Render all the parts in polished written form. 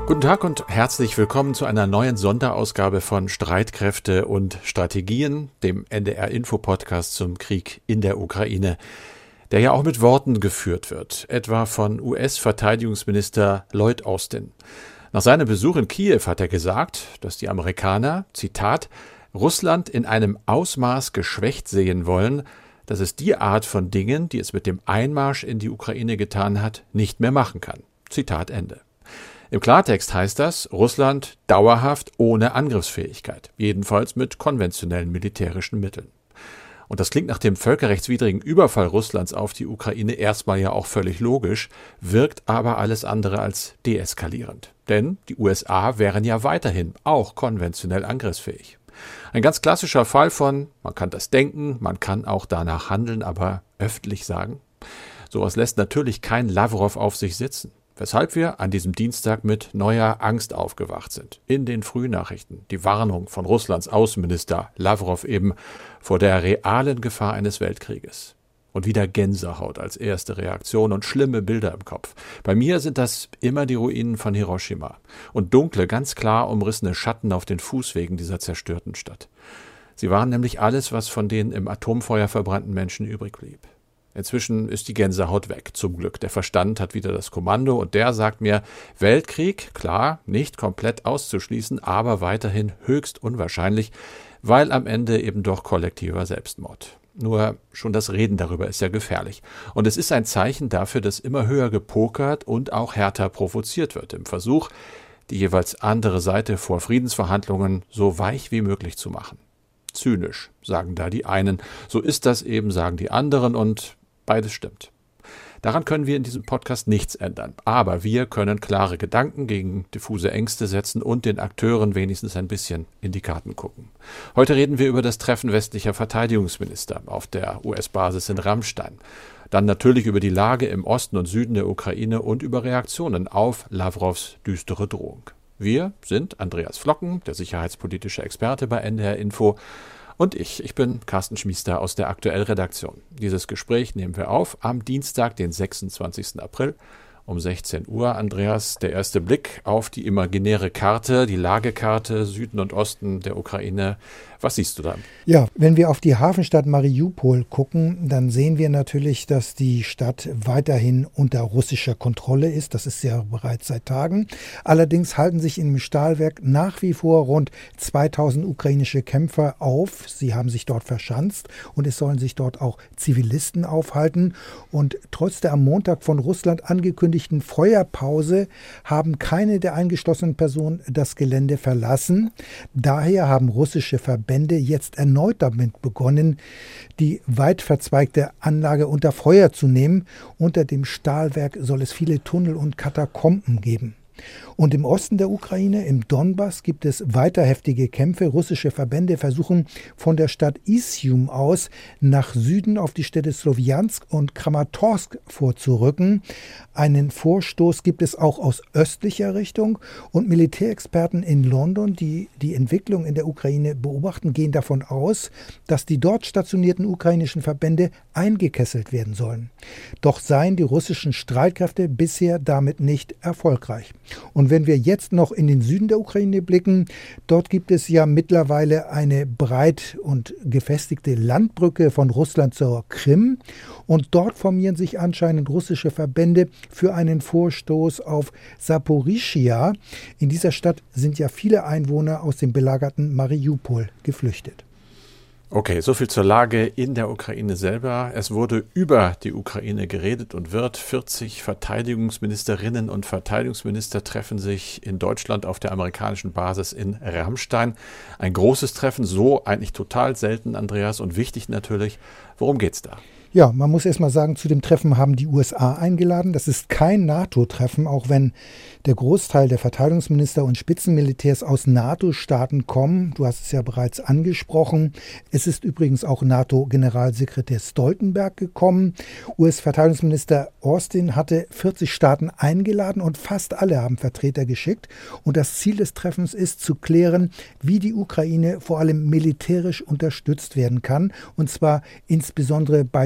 Guten Tag und herzlich willkommen zu einer neuen Sonderausgabe von Streitkräfte und Strategien, dem NDR-Info-Podcast zum Krieg in der Ukraine, der ja auch mit Worten geführt wird, etwa von US-Verteidigungsminister Lloyd Austin. Nach seinem Besuch in Kiew hat er gesagt, dass die Amerikaner, Zitat, Russland in einem Ausmaß geschwächt sehen wollen, dass es die Art von Dingen, die es mit dem Einmarsch in die Ukraine getan hat, nicht mehr machen kann. Zitat Ende. Im Klartext heißt das, Russland dauerhaft ohne Angriffsfähigkeit, jedenfalls mit konventionellen militärischen Mitteln. Und das klingt nach dem völkerrechtswidrigen Überfall Russlands auf die Ukraine erstmal ja auch völlig logisch, wirkt aber alles andere als deeskalierend. Denn die USA wären ja weiterhin auch konventionell angriffsfähig. Ein ganz klassischer Fall von, man kann das denken, man kann auch danach handeln, aber öffentlich sagen. Sowas lässt natürlich kein Lavrov auf sich sitzen. Weshalb wir an diesem Dienstag mit neuer Angst aufgewacht sind. In den Frühnachrichten die Warnung von Russlands Außenminister Lavrov eben vor der realen Gefahr eines Weltkrieges. Und wieder Gänsehaut als erste Reaktion und schlimme Bilder im Kopf. Bei mir sind das immer die Ruinen von Hiroshima und dunkle, ganz klar umrissene Schatten auf den Fußwegen dieser zerstörten Stadt. Sie waren nämlich alles, was von den im Atomfeuer verbrannten Menschen übrig blieb. Inzwischen ist die Gänsehaut weg, zum Glück. Der Verstand hat wieder das Kommando und der sagt mir, Weltkrieg, klar, nicht komplett auszuschließen, aber weiterhin höchst unwahrscheinlich, weil am Ende eben doch kollektiver Selbstmord. Nur schon das Reden darüber ist ja gefährlich. Und es ist ein Zeichen dafür, dass immer höher gepokert und auch härter provoziert wird, im Versuch, die jeweils andere Seite vor Friedensverhandlungen so weich wie möglich zu machen. Zynisch, sagen da die einen. So ist das eben, sagen die anderen und beides stimmt. Daran können wir in diesem Podcast nichts ändern. Aber wir können klare Gedanken gegen diffuse Ängste setzen und den Akteuren wenigstens ein bisschen in die Karten gucken. Heute reden wir über das Treffen westlicher Verteidigungsminister auf der US-Basis in Ramstein. Dann natürlich über die Lage im Osten und Süden der Ukraine und über Reaktionen auf Lavrovs düstere Drohung. Wir sind Andreas Flocken, der sicherheitspolitische Experte bei NDR Info, und ich bin Carsten Schmiester aus der Aktuell-Redaktion. Dieses Gespräch nehmen wir auf am Dienstag, den 26. April um 16 Uhr. Andreas, der erste Blick auf die imaginäre Karte, die Lagekarte Süden und Osten der Ukraine. Was siehst du da? Ja, wenn wir auf die Hafenstadt Mariupol gucken, dann sehen wir natürlich, dass die Stadt weiterhin unter russischer Kontrolle ist. Das ist ja bereits seit Tagen. Allerdings halten sich im Stahlwerk nach wie vor rund 2000 ukrainische Kämpfer auf. Sie haben sich dort verschanzt und es sollen sich dort auch Zivilisten aufhalten. Und trotz der am Montag von Russland angekündigten Feuerpause haben keine der eingeschlossenen Personen das Gelände verlassen. Daher haben russische Verbände jetzt erneut damit begonnen, die weit verzweigte Anlage unter Feuer zu nehmen. Unter dem Stahlwerk soll es viele Tunnel und Katakomben geben. Und im Osten der Ukraine, im Donbass, gibt es weiter heftige Kämpfe. Russische Verbände versuchen von der Stadt Isium aus nach Süden auf die Städte Slowjansk und Kramatorsk vorzurücken. Einen Vorstoß gibt es auch aus östlicher Richtung. Und Militärexperten in London, die die Entwicklung in der Ukraine beobachten, gehen davon aus, dass die dort stationierten ukrainischen Verbände eingekesselt werden sollen. Doch seien die russischen Streitkräfte bisher damit nicht erfolgreich. Und wenn wir jetzt noch in den Süden der Ukraine blicken, dort gibt es ja mittlerweile eine breit und gefestigte Landbrücke von Russland zur Krim. Und dort formieren sich anscheinend russische Verbände für einen Vorstoß auf Saporischschja. In dieser Stadt sind ja viele Einwohner aus dem belagerten Mariupol geflüchtet. Okay, soviel zur Lage in der Ukraine selber. Es wurde über die Ukraine geredet und wird. 40 Verteidigungsministerinnen und Verteidigungsminister treffen sich in Deutschland auf der amerikanischen Basis in Ramstein. Ein großes Treffen, so eigentlich total selten, Andreas, und wichtig natürlich. Worum geht's da? Ja, man muss erst mal sagen, zu dem Treffen haben die USA eingeladen. Das ist kein NATO-Treffen, auch wenn der Großteil der Verteidigungsminister und Spitzenmilitärs aus NATO-Staaten kommen. Du hast es ja bereits angesprochen. Es ist übrigens auch NATO-Generalsekretär Stoltenberg gekommen. US-Verteidigungsminister Austin hatte 40 Staaten eingeladen und fast alle haben Vertreter geschickt. Und das Ziel des Treffens ist zu klären, wie die Ukraine vor allem militärisch unterstützt werden kann. Und zwar insbesondere bei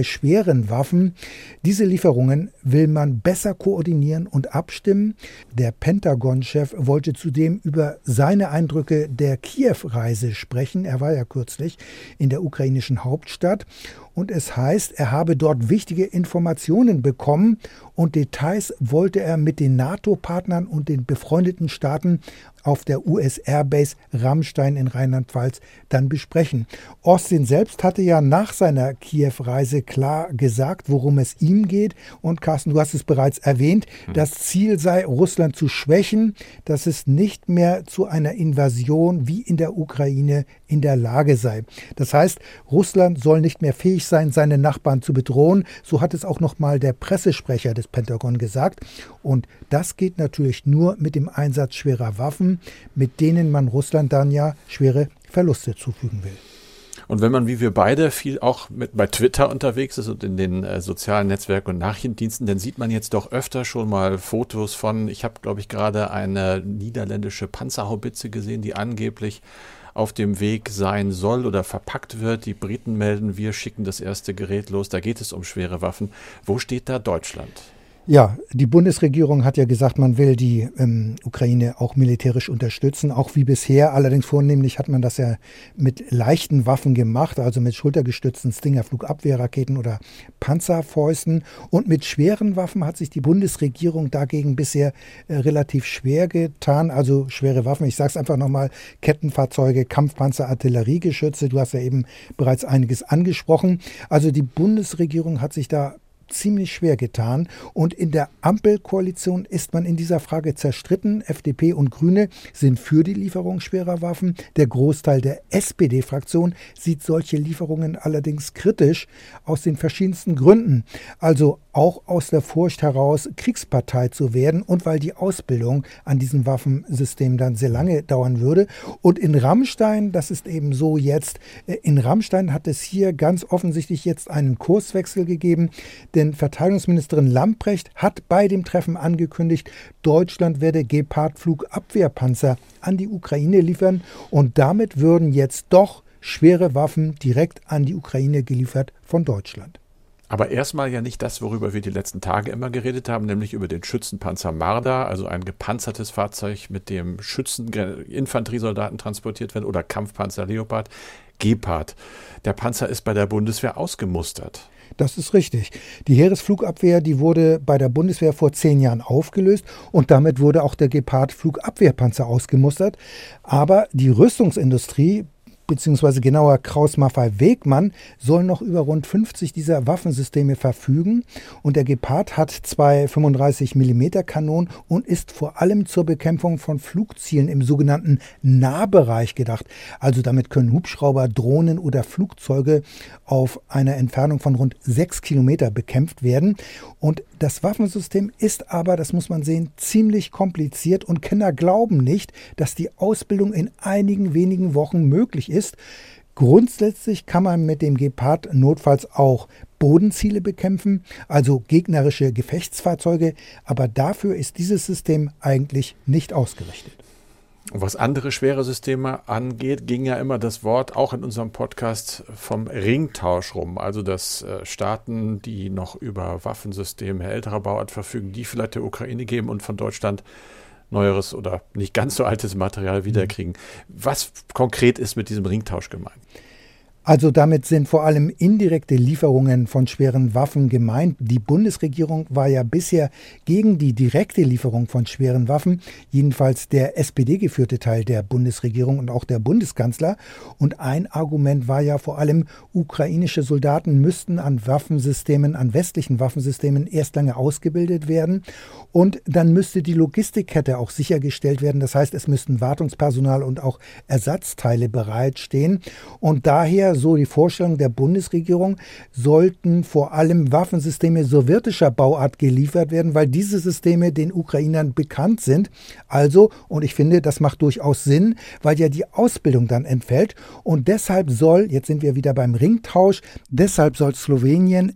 schweren Waffen. Diese Lieferungen will man besser koordinieren und abstimmen. Der Pentagon-Chef wollte zudem über seine Eindrücke der Kiew-Reise sprechen. Er war ja kürzlich in der ukrainischen Hauptstadt. Und es heißt, er habe dort wichtige Informationen bekommen und Details wollte er mit den NATO-Partnern und den befreundeten Staaten auf der US-Airbase Ramstein in Rheinland-Pfalz dann besprechen. Austin selbst hatte ja nach seiner Kiew-Reise klar gesagt, worum es ihm geht. Und Carsten, du hast es bereits erwähnt, das Ziel sei, Russland zu schwächen, dass es nicht mehr zu einer Invasion wie in der Ukraine in der Lage sei. Das heißt, Russland soll nicht mehr fähig sein, seine Nachbarn zu bedrohen. So hat es auch nochmal der Pressesprecher des Pentagon gesagt. Und das geht natürlich nur mit dem Einsatz schwerer Waffen, mit denen man Russland dann ja schwere Verluste zufügen will. Und wenn man, wie wir beide, viel auch bei Twitter unterwegs ist und in den sozialen Netzwerken und Nachrichtendiensten, dann sieht man jetzt doch öfter schon mal Fotos von, ich habe, glaube ich, gerade eine niederländische Panzerhaubitze gesehen, die angeblich auf dem Weg sein soll oder verpackt wird. Die Briten melden, wir schicken das erste Gerät los. Da geht es um schwere Waffen. Wo steht da Deutschland? Ja, die Bundesregierung hat ja gesagt, man will die Ukraine auch militärisch unterstützen, auch wie bisher. Allerdings vornehmlich hat man das ja mit leichten Waffen gemacht, also mit schultergestützten Stinger-Flugabwehrraketen oder Panzerfäusten. Und mit schweren Waffen hat sich die Bundesregierung dagegen bisher relativ schwer getan. Also schwere Waffen, ich sage es einfach nochmal, Kettenfahrzeuge, Kampfpanzer, Artilleriegeschütze. Du hast ja eben bereits einiges angesprochen. Also die Bundesregierung hat sich da ziemlich schwer getan. Und in der Ampelkoalition ist man in dieser Frage zerstritten. FDP und Grüne sind für die Lieferung schwerer Waffen. Der Großteil der SPD-Fraktion sieht solche Lieferungen allerdings kritisch aus den verschiedensten Gründen. Also auch aus der Furcht heraus, Kriegspartei zu werden und weil die Ausbildung an diesem Waffensystem dann sehr lange dauern würde. Und in Ramstein, das ist eben so jetzt, in Ramstein hat es hier ganz offensichtlich jetzt einen Kurswechsel gegeben, denn Verteidigungsministerin Lambrecht hat bei dem Treffen angekündigt, Deutschland werde Gepard-Flugabwehrpanzer an die Ukraine liefern und damit würden jetzt doch schwere Waffen direkt an die Ukraine geliefert von Deutschland. Aber erstmal ja nicht das, worüber wir die letzten Tage immer geredet haben, nämlich über den Schützenpanzer Marder, also ein gepanzertes Fahrzeug, mit dem Infanteriesoldaten transportiert werden, oder Kampfpanzer Leopard, Gepard. Der Panzer ist bei der Bundeswehr ausgemustert. Das ist richtig. Die Heeresflugabwehr, die wurde bei der Bundeswehr vor 10 Jahren aufgelöst und damit wurde auch der Gepard-Flugabwehrpanzer ausgemustert. Aber die Rüstungsindustrie, beziehungsweise genauer Krauss-Maffei-Wegmann, soll noch über rund 50 dieser Waffensysteme verfügen. Und der Gepard hat 2 35 mm Kanonen und ist vor allem zur Bekämpfung von Flugzielen im sogenannten Nahbereich gedacht. Also damit können Hubschrauber, Drohnen oder Flugzeuge auf einer Entfernung von rund 6 Kilometer bekämpft werden. Und das Waffensystem ist aber, das muss man sehen, ziemlich kompliziert und Kenner glauben nicht, dass die Ausbildung in einigen wenigen Wochen möglich ist. Grundsätzlich kann man mit dem Gepard notfalls auch Bodenziele bekämpfen, also gegnerische Gefechtsfahrzeuge, aber dafür ist dieses System eigentlich nicht ausgerichtet. Und was andere schwere Systeme angeht, ging ja immer das Wort auch in unserem Podcast vom Ringtausch rum. Also dass Staaten, die noch über Waffensysteme älterer Bauart verfügen, die vielleicht der Ukraine geben und von Deutschland neueres oder nicht ganz so altes Material wiederkriegen. Was konkret ist mit diesem Ringtausch gemeint? Also damit sind vor allem indirekte Lieferungen von schweren Waffen gemeint. Die Bundesregierung war ja bisher gegen die direkte Lieferung von schweren Waffen, jedenfalls der SPD-geführte Teil der Bundesregierung und auch der Bundeskanzler. Und ein Argument war ja vor allem, ukrainische Soldaten müssten an Waffensystemen, an westlichen Waffensystemen erst lange ausgebildet werden. Und dann müsste die Logistikkette auch sichergestellt werden. Das heißt, es müssten Wartungspersonal und auch Ersatzteile bereitstehen. Und daher, so die Vorstellung der Bundesregierung, sollten vor allem Waffensysteme sowjetischer Bauart geliefert werden, weil diese Systeme den Ukrainern bekannt sind. Also, und ich finde, das macht durchaus Sinn, weil ja die Ausbildung dann entfällt. Und deshalb soll, jetzt sind wir wieder beim Ringtausch, deshalb soll Slowenien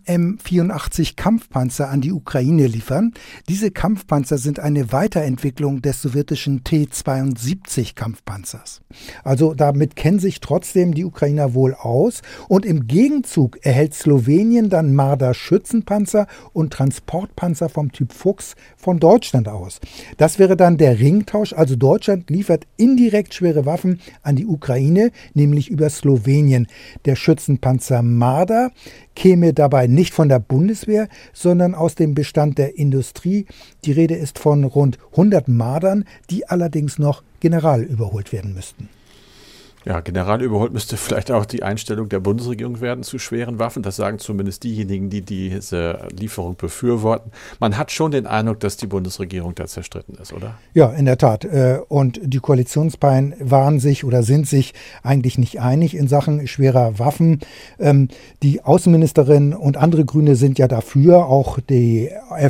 M84 Kampfpanzer an die Ukraine liefern. Diese Kampfpanzer sind eine Weiterentwicklung des sowjetischen T-72 Kampfpanzers. Also damit kennen sich trotzdem die Ukrainer wohl aus und im Gegenzug erhält Slowenien dann Marder-Schützenpanzer und Transportpanzer vom Typ Fuchs von Deutschland aus. Das wäre dann der Ringtausch, also Deutschland liefert indirekt schwere Waffen an die Ukraine, nämlich über Slowenien. Der Schützenpanzer Marder käme dabei nicht von der Bundeswehr, sondern aus dem Bestand der Industrie. Die Rede ist von rund 100 Mardern, die allerdings noch general überholt werden müssten. Ja, general überholt müsste vielleicht auch die Einstellung der Bundesregierung werden zu schweren Waffen. Das sagen zumindest diejenigen, die diese Lieferung befürworten. Man hat schon den Eindruck, dass die Bundesregierung da zerstritten ist, oder? Ja, in der Tat. Und die Koalitionsparteien waren sich oder sind sich eigentlich nicht einig in Sachen schwerer Waffen. Die Außenministerin und andere Grüne sind ja dafür, auch die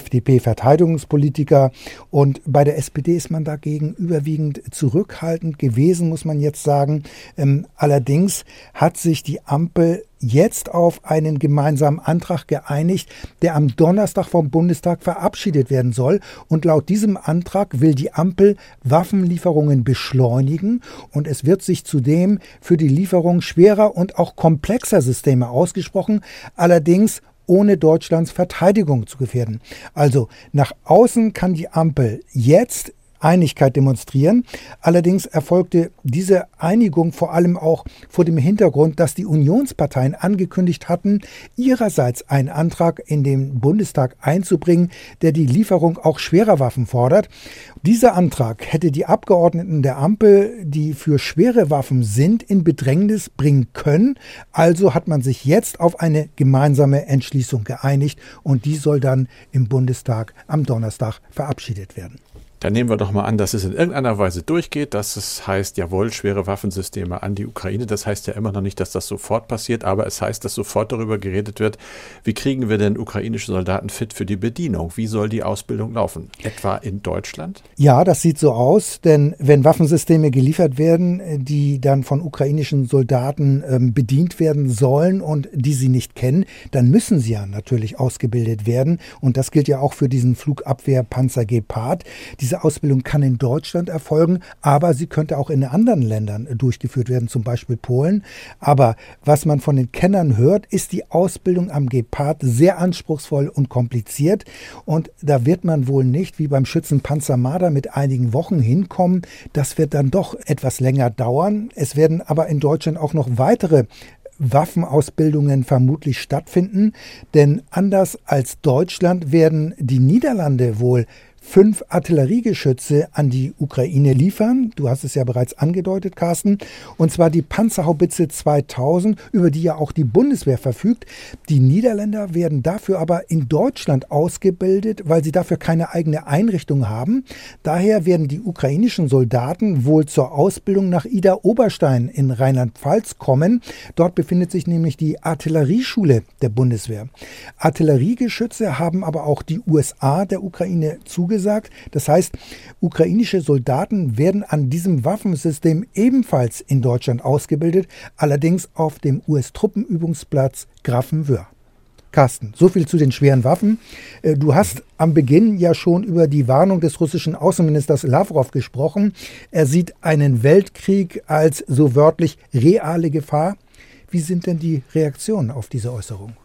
FDP-Verteidigungspolitiker. Und bei der SPD ist man dagegen überwiegend zurückhaltend gewesen, muss man jetzt sagen. Allerdings hat sich die Ampel jetzt auf einen gemeinsamen Antrag geeinigt, der am Donnerstag vom Bundestag verabschiedet werden soll. Und laut diesem Antrag will die Ampel Waffenlieferungen beschleunigen und es wird sich zudem für die Lieferung schwerer und auch komplexer Systeme ausgesprochen, allerdings ohne Deutschlands Verteidigung zu gefährden. Also nach außen kann die Ampel jetzt Einigkeit demonstrieren. Allerdings erfolgte diese Einigung vor allem auch vor dem Hintergrund, dass die Unionsparteien angekündigt hatten, ihrerseits einen Antrag in den Bundestag einzubringen, der die Lieferung auch schwerer Waffen fordert. Dieser Antrag hätte die Abgeordneten der Ampel, die für schwere Waffen sind, in Bedrängnis bringen können. Also hat man sich jetzt auf eine gemeinsame Entschließung geeinigt und die soll dann im Bundestag am Donnerstag verabschiedet werden. Dann nehmen wir doch mal an, dass es in irgendeiner Weise durchgeht, dass es heißt, jawohl, schwere Waffensysteme an die Ukraine. Das heißt ja immer noch nicht, dass das sofort passiert, aber es heißt, dass sofort darüber geredet wird, wie kriegen wir denn ukrainische Soldaten fit für die Bedienung? Wie soll die Ausbildung laufen? Etwa in Deutschland? Ja, das sieht so aus, denn wenn Waffensysteme geliefert werden, die dann von ukrainischen Soldaten bedient werden sollen und die sie nicht kennen, dann müssen sie ja natürlich ausgebildet werden. Und das gilt ja auch für diesen Flugabwehrpanzer Gepard. Diese Ausbildung kann in Deutschland erfolgen, aber sie könnte auch in anderen Ländern durchgeführt werden, zum Beispiel Polen. Aber was man von den Kennern hört, ist die Ausbildung am Gepard sehr anspruchsvoll und kompliziert. Und da wird man wohl nicht, wie beim Schützenpanzer Marder, mit einigen Wochen hinkommen. Das wird dann doch etwas länger dauern. Es werden aber in Deutschland auch noch weitere Waffenausbildungen vermutlich stattfinden, denn anders als Deutschland werden die Niederlande wohl 5 Artilleriegeschütze an die Ukraine liefern. Du hast es ja bereits angedeutet, Carsten. Und zwar die Panzerhaubitze 2000, über die ja auch die Bundeswehr verfügt. Die Niederländer werden dafür aber in Deutschland ausgebildet, weil sie dafür keine eigene Einrichtung haben. Daher werden die ukrainischen Soldaten wohl zur Ausbildung nach Idar-Oberstein in Rheinland-Pfalz kommen. Dort befindet sich nämlich die Artillerieschule der Bundeswehr. Artilleriegeschütze haben aber auch die USA der Ukraine zugesagt. Das heißt, ukrainische Soldaten werden an diesem Waffensystem ebenfalls in Deutschland ausgebildet, allerdings auf dem US-Truppenübungsplatz Grafenwöhr. Carsten, so viel zu den schweren Waffen. Du hast am Beginn ja schon über die Warnung des russischen Außenministers Lavrov gesprochen. Er sieht einen Weltkrieg als so wörtlich reale Gefahr. Wie sind denn die Reaktionen auf diese Äußerung?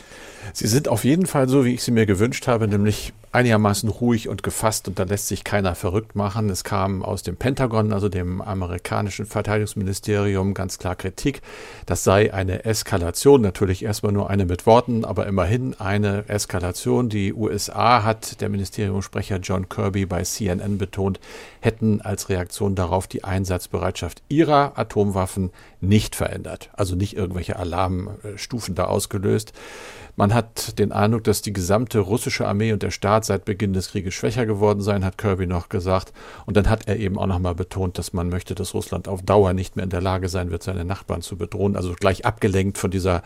Sie sind auf jeden Fall so, wie ich sie mir gewünscht habe, nämlich einigermaßen ruhig und gefasst und da lässt sich keiner verrückt machen. Es kam aus dem Pentagon, also dem amerikanischen Verteidigungsministerium, ganz klar Kritik. Das sei eine Eskalation, natürlich erstmal nur eine mit Worten, aber immerhin eine Eskalation. Die USA, hat der Ministeriumssprecher John Kirby bei CNN betont, hätten als Reaktion darauf die Einsatzbereitschaft ihrer Atomwaffen nicht verändert, also nicht irgendwelche Alarmstufen da ausgelöst. Man hat den Eindruck, dass die gesamte russische Armee und der Staat seit Beginn des Krieges schwächer geworden seien, hat Kirby noch gesagt. Und dann hat er eben auch nochmal betont, dass man möchte, dass Russland auf Dauer nicht mehr in der Lage sein wird, seine Nachbarn zu bedrohen. Also gleich abgelenkt von dieser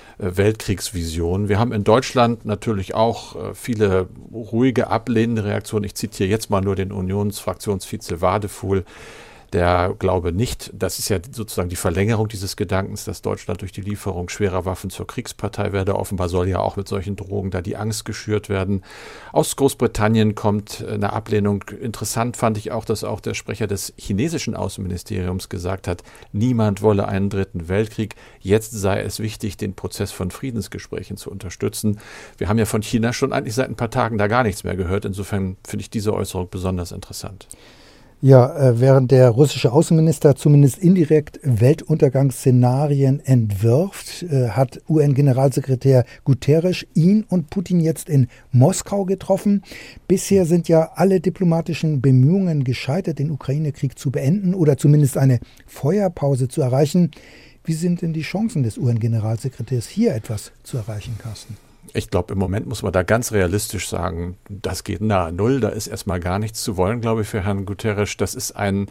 Weltkriegsvision. Wir haben in Deutschland natürlich auch viele ruhige, ablehnende Reaktionen. Ich zitiere jetzt mal nur den Unionsfraktionsvize Wadefuhl, Der glaube nicht, das ist ja sozusagen die Verlängerung dieses Gedankens, dass Deutschland durch die Lieferung schwerer Waffen zur Kriegspartei werde. Offenbar soll ja auch mit solchen Drohungen da die Angst geschürt werden. Aus Großbritannien kommt eine Ablehnung. Interessant fand ich auch, dass auch der Sprecher des chinesischen Außenministeriums gesagt hat, niemand wolle einen dritten Weltkrieg. Jetzt sei es wichtig, den Prozess von Friedensgesprächen zu unterstützen. Wir haben ja von China schon eigentlich seit ein paar Tagen da gar nichts mehr gehört. Insofern finde ich diese Äußerung besonders interessant. Ja, während der russische Außenminister zumindest indirekt Weltuntergangsszenarien entwirft, hat UN-Generalsekretär Guterres ihn und Putin jetzt in Moskau getroffen. Bisher sind ja alle diplomatischen Bemühungen gescheitert, den Ukraine-Krieg zu beenden oder zumindest eine Feuerpause zu erreichen. Wie sind denn die Chancen des UN-Generalsekretärs, hier etwas zu erreichen, Carsten? Ich glaube, im Moment muss man da ganz realistisch sagen, das geht nahe Null. Da ist erstmal gar nichts zu wollen, glaube ich, für Herrn Guterres. Das ist ein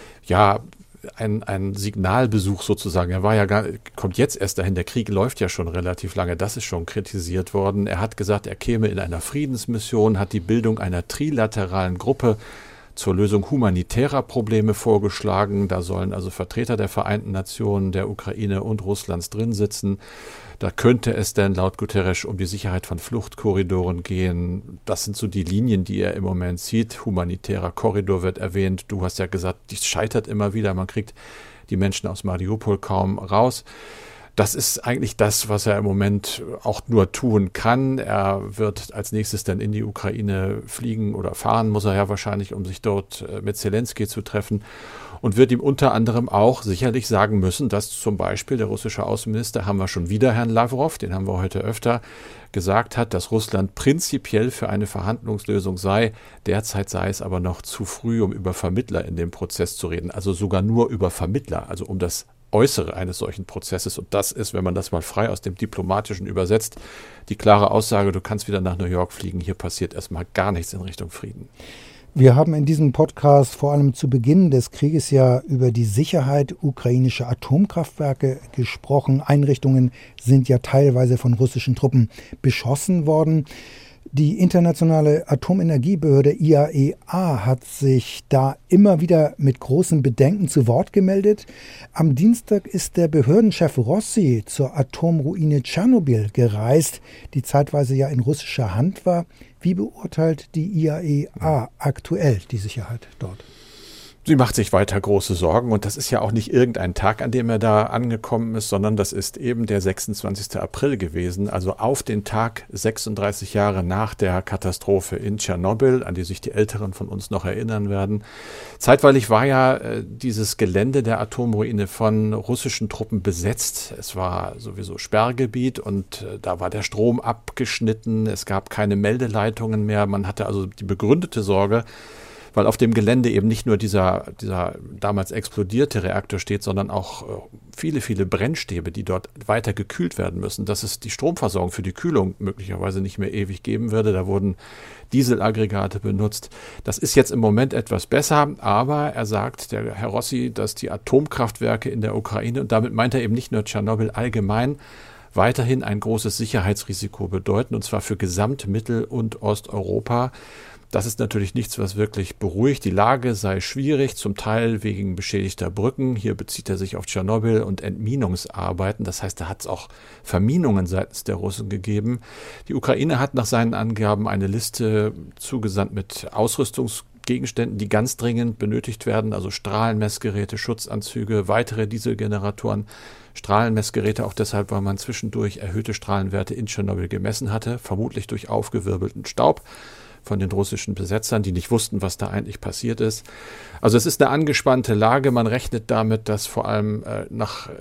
Signalbesuch sozusagen. Er war ja kommt jetzt erst dahin. Der Krieg läuft ja schon relativ lange. Das ist schon kritisiert worden. Er hat gesagt, er käme in einer Friedensmission, hat die Bildung einer trilateralen Gruppe zur Lösung humanitärer Probleme vorgeschlagen. Da sollen also Vertreter der Vereinten Nationen, der Ukraine und Russlands drin sitzen. Da könnte es denn laut Guterres um die Sicherheit von Fluchtkorridoren gehen. Das sind so die Linien, die er im Moment sieht. Humanitärer Korridor wird erwähnt. Du hast ja gesagt, dies scheitert immer wieder. Man kriegt die Menschen aus Mariupol kaum raus. Das ist eigentlich das, was er im Moment auch nur tun kann. Er wird als nächstes dann in die Ukraine fliegen oder fahren, muss er ja wahrscheinlich, um sich dort mit Zelensky zu treffen. Und wird ihm unter anderem auch sicherlich sagen müssen, dass zum Beispiel der russische Außenminister, haben wir schon wieder Herrn Lavrov, den haben wir heute öfter, gesagt hat, dass Russland prinzipiell für eine Verhandlungslösung sei. Derzeit sei es aber noch zu früh, um über Vermittler in dem Prozess zu reden. Also sogar nur über Vermittler, also um das Äußere eines solchen Prozesses. Und das ist, wenn man das mal frei aus dem Diplomatischen übersetzt, die klare Aussage, du kannst wieder nach New York fliegen, hier passiert erstmal gar nichts in Richtung Frieden. Wir haben in diesem Podcast vor allem zu Beginn des Krieges ja über die Sicherheit ukrainischer Atomkraftwerke gesprochen. Einrichtungen sind ja teilweise von russischen Truppen beschossen worden. Die internationale Atomenergiebehörde IAEA hat sich da immer wieder mit großen Bedenken zu Wort gemeldet. Am Dienstag ist der Behördenchef Rossi zur Atomruine Tschernobyl gereist, die zeitweise ja in russischer Hand war. Wie beurteilt die IAEA aktuell die Sicherheit dort? Sie macht sich weiter große Sorgen und das ist ja auch nicht irgendein Tag, an dem er da angekommen ist, sondern das ist eben der 26. April gewesen, also auf den Tag 36 Jahre nach der Katastrophe in Tschernobyl, an die sich die Älteren von uns noch erinnern werden. Zeitweilig war ja dieses Gelände der Atomruine von russischen Truppen besetzt. Es war sowieso Sperrgebiet und da war der Strom abgeschnitten, es gab keine Meldeleitungen mehr, man hatte also die begründete Sorge, weil auf dem Gelände eben nicht nur dieser damals explodierte Reaktor steht, sondern auch viele, viele Brennstäbe, die dort weiter gekühlt werden müssen, dass es die Stromversorgung für die Kühlung möglicherweise nicht mehr ewig geben würde. Da wurden Dieselaggregate benutzt. Das ist jetzt im Moment etwas besser, aber er sagt, der Herr Rossi, dass die Atomkraftwerke in der Ukraine, und damit meint er eben nicht nur Tschernobyl allgemein, weiterhin ein großes Sicherheitsrisiko bedeuten, und zwar für Gesamtmittel- und Osteuropa. Das ist natürlich nichts, was wirklich beruhigt. Die Lage sei schwierig, zum Teil wegen beschädigter Brücken. Hier bezieht er sich auf Tschernobyl und Entminungsarbeiten. Das heißt, da hat es auch Verminungen seitens der Russen gegeben. Die Ukraine hat nach seinen Angaben eine Liste zugesandt mit Ausrüstungsgegenständen, die ganz dringend benötigt werden. Also Strahlenmessgeräte, Schutzanzüge, weitere Dieselgeneratoren, Strahlenmessgeräte, auch deshalb, weil man zwischendurch erhöhte Strahlenwerte in Tschernobyl gemessen hatte, vermutlich durch aufgewirbelten Staub von den russischen Besetzern, die nicht wussten, was da eigentlich passiert ist. Also es ist eine angespannte Lage. Man rechnet damit, dass vor allem nach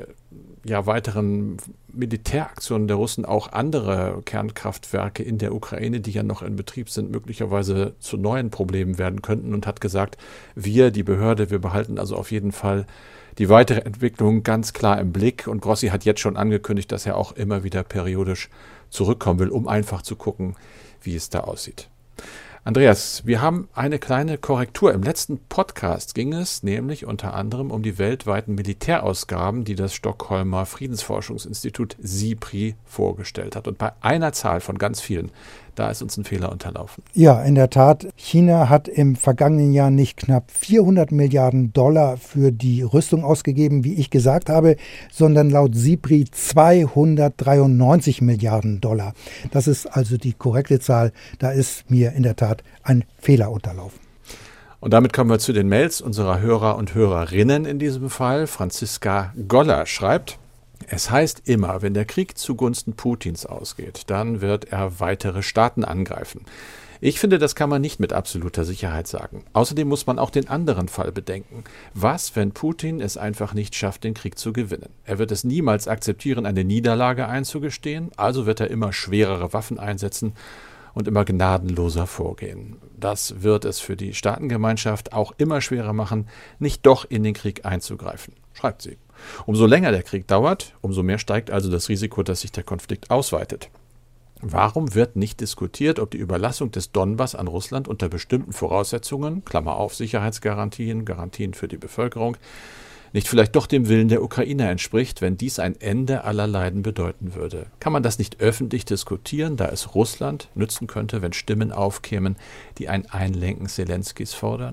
weiteren Militäraktionen der Russen auch andere Kernkraftwerke in der Ukraine, die ja noch in Betrieb sind, möglicherweise zu neuen Problemen werden könnten, und hat gesagt, die Behörde, wir behalten also auf jeden Fall die weitere Entwicklung ganz klar im Blick. Und Grossi hat jetzt schon angekündigt, dass er auch immer wieder periodisch zurückkommen will, um einfach zu gucken, wie es da aussieht. Andreas, wir haben eine kleine Korrektur. Im letzten Podcast ging es nämlich unter anderem um die weltweiten Militärausgaben, die das Stockholmer Friedensforschungsinstitut SIPRI vorgestellt hat. Und bei einer Zahl von ganz vielen, da ist uns ein Fehler unterlaufen. Ja, in der Tat. China hat im vergangenen Jahr nicht knapp 400 Milliarden Dollar für die Rüstung ausgegeben, wie ich gesagt habe, sondern laut SIPRI 293 Milliarden Dollar. Das ist also die korrekte Zahl. Da ist mir in der Tat ein Fehler unterlaufen. Und damit kommen wir zu den Mails unserer Hörer und Hörerinnen in diesem Fall. Franziska Goller schreibt: Es heißt immer, wenn der Krieg zugunsten Putins ausgeht, dann wird er weitere Staaten angreifen. Ich finde, das kann man nicht mit absoluter Sicherheit sagen. Außerdem muss man auch den anderen Fall bedenken. Was, wenn Putin es einfach nicht schafft, den Krieg zu gewinnen? Er wird es niemals akzeptieren, eine Niederlage einzugestehen, also wird er immer schwerere Waffen einsetzen und immer gnadenloser vorgehen. Das wird es für die Staatengemeinschaft auch immer schwerer machen, nicht doch in den Krieg einzugreifen, schreibt sie. Umso länger der Krieg dauert, umso mehr steigt also das Risiko, dass sich der Konflikt ausweitet. Warum wird nicht diskutiert, ob die Überlassung des Donbass an Russland unter bestimmten Voraussetzungen, Klammer auf, Sicherheitsgarantien, Garantien für die Bevölkerung, nicht vielleicht doch dem Willen der Ukrainer entspricht, wenn dies ein Ende aller Leiden bedeuten würde? Kann man das nicht öffentlich diskutieren, da es Russland nützen könnte, wenn Stimmen aufkämen, die ein Einlenken Selenskys fordern?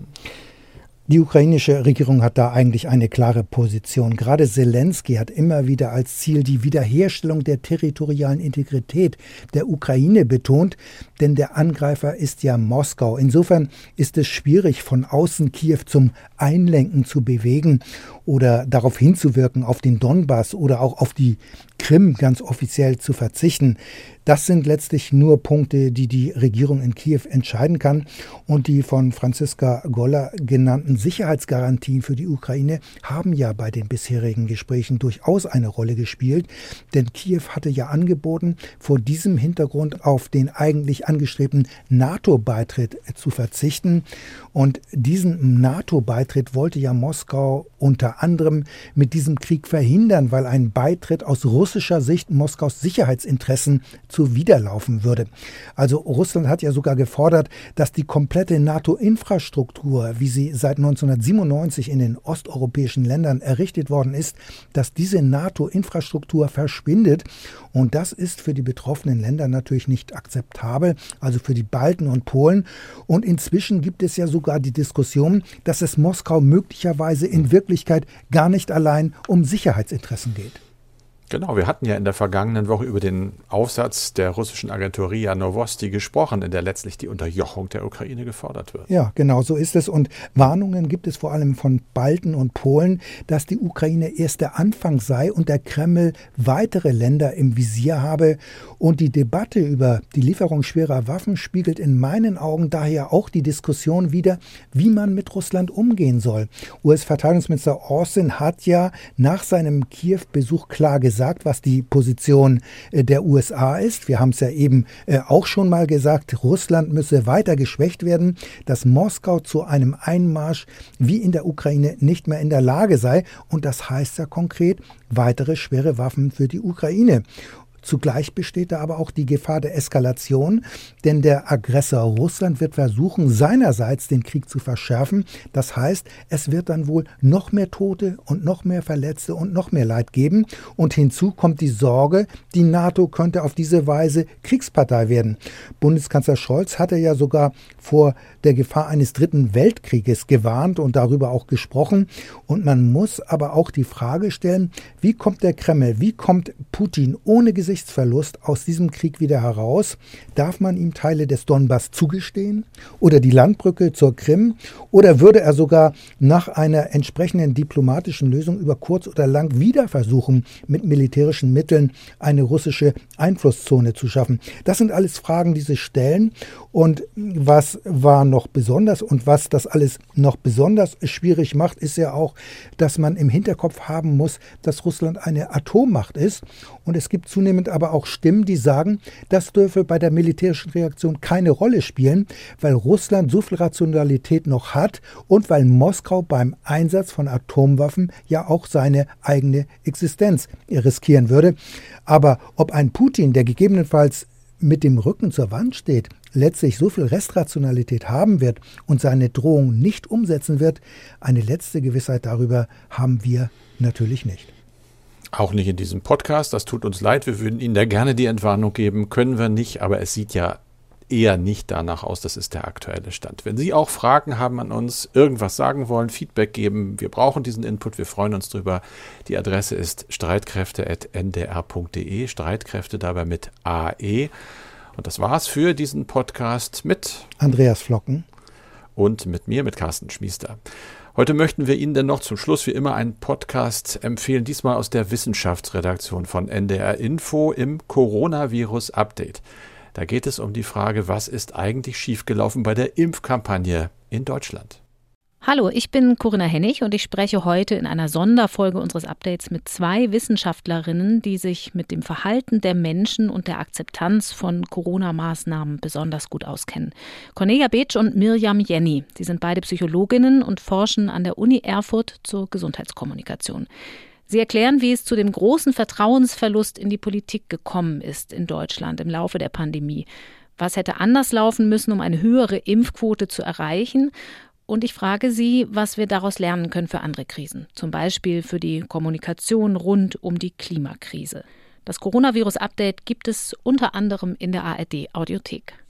Die ukrainische Regierung hat da eigentlich eine klare Position. Gerade Selensky hat immer wieder als Ziel die Wiederherstellung der territorialen Integrität der Ukraine betont, denn der Angreifer ist ja Moskau. Insofern ist es schwierig, von außen Kiew zum Einlenken zu bewegen oder darauf hinzuwirken, auf den Donbass oder auch auf die Krim ganz offiziell zu verzichten. Das sind letztlich nur Punkte, die die Regierung in Kiew entscheiden kann. Und die von Franziska Goller genannten Sicherheitsgarantien für die Ukraine haben ja bei den bisherigen Gesprächen durchaus eine Rolle gespielt. Denn Kiew hatte ja angeboten, vor diesem Hintergrund auf den eigentlich angestrebten NATO-Beitritt zu verzichten. Und diesen NATO-Beitritt wollte ja Moskau unter anderem mit diesem Krieg verhindern, weil ein Beitritt aus russischer Sicht Moskaus Sicherheitsinteressen zuwiderlaufen würde. Also Russland hat ja sogar gefordert, dass die komplette NATO-Infrastruktur, wie sie seit 1997 in den osteuropäischen Ländern errichtet worden ist, dass diese NATO-Infrastruktur verschwindet. Und das ist für die betroffenen Länder natürlich nicht akzeptabel, also für die Balten und Polen. Und inzwischen gibt es ja sogar die Diskussion, dass es Moskau möglicherweise in Wirklichkeit gar nicht allein um Sicherheitsinteressen geht. Genau, wir hatten ja in der vergangenen Woche über den Aufsatz der russischen Agentur RIA Novosti gesprochen, in der letztlich die Unterjochung der Ukraine gefordert wird. Ja, genau so ist es. Und Warnungen gibt es vor allem von Balten und Polen, dass die Ukraine erst der Anfang sei und der Kreml weitere Länder im Visier habe. Und die Debatte über die Lieferung schwerer Waffen spiegelt in meinen Augen daher auch die Diskussion wider, wie man mit Russland umgehen soll. US-Verteidigungsminister Austin hat ja nach seinem Kiew-Besuch klar gesagt, was die Position der USA ist. Wir haben es ja eben auch schon mal gesagt, Russland müsse weiter geschwächt werden, dass Moskau zu einem Einmarsch wie in der Ukraine nicht mehr in der Lage sei. Und das heißt ja konkret weitere schwere Waffen für die Ukraine. Zugleich besteht da aber auch die Gefahr der Eskalation, denn der Aggressor Russland wird versuchen, seinerseits den Krieg zu verschärfen. Das heißt, es wird dann wohl noch mehr Tote und noch mehr Verletzte und noch mehr Leid geben. Und hinzu kommt die Sorge, die NATO könnte auf diese Weise Kriegspartei werden. Bundeskanzler Scholz hatte ja sogar vor der Gefahr eines dritten Weltkrieges gewarnt und darüber auch gesprochen. Und man muss aber auch die Frage stellen, wie kommt der Kreml, wie kommt Putin ohne Gesichtsverlust aus diesem Krieg wieder heraus? Darf man ihm Teile des Donbass zugestehen oder die Landbrücke zur Krim? Oder würde er sogar nach einer entsprechenden diplomatischen Lösung über kurz oder lang wieder versuchen, mit militärischen Mitteln eine russische Einflusszone zu schaffen? Das sind alles Fragen, die sich stellen. Und was war noch besonders und was das alles noch besonders schwierig macht, ist ja auch, dass man im Hinterkopf haben muss, dass Russland eine Atommacht ist. Und es gibt zunehmend aber auch Stimmen, die sagen, das dürfe bei der militärischen Reaktion keine Rolle spielen, weil Russland so viel Rationalität noch hat und weil Moskau beim Einsatz von Atomwaffen ja auch seine eigene Existenz riskieren würde. Aber ob ein Putin, der gegebenenfalls mit dem Rücken zur Wand steht, letztlich so viel Restrationalität haben wird und seine Drohung nicht umsetzen wird, eine letzte Gewissheit darüber haben wir natürlich nicht. Auch nicht in diesem Podcast, das tut uns leid, wir würden Ihnen da gerne die Entwarnung geben, können wir nicht, aber es sieht ja eher nicht danach aus, das ist der aktuelle Stand. Wenn Sie auch Fragen haben an uns, irgendwas sagen wollen, Feedback geben, wir brauchen diesen Input, wir freuen uns drüber. Die Adresse ist streitkräfte@ndr.de, Streitkräfte dabei mit AE. Und das war's für diesen Podcast mit Andreas Flocken und mit mir, mit Carsten Schmiester. Heute möchten wir Ihnen denn noch zum Schluss wie immer einen Podcast empfehlen, diesmal aus der Wissenschaftsredaktion von NDR Info im Coronavirus-Update. Da geht es um die Frage, was ist eigentlich schiefgelaufen bei der Impfkampagne in Deutschland? Hallo, ich bin Corinna Hennig und ich spreche heute in einer Sonderfolge unseres Updates mit 2 Wissenschaftlerinnen, die sich mit dem Verhalten der Menschen und der Akzeptanz von Corona-Maßnahmen besonders gut auskennen. Cornelia Beetsch und Mirjam Jenny. Sie sind beide Psychologinnen und forschen an der Uni Erfurt zur Gesundheitskommunikation. Sie erklären, wie es zu dem großen Vertrauensverlust in die Politik gekommen ist in Deutschland im Laufe der Pandemie. Was hätte anders laufen müssen, um eine höhere Impfquote zu erreichen? Und ich frage Sie, was wir daraus lernen können für andere Krisen, zum Beispiel für die Kommunikation rund um die Klimakrise. Das Coronavirus-Update gibt es unter anderem in der ARD-Audiothek.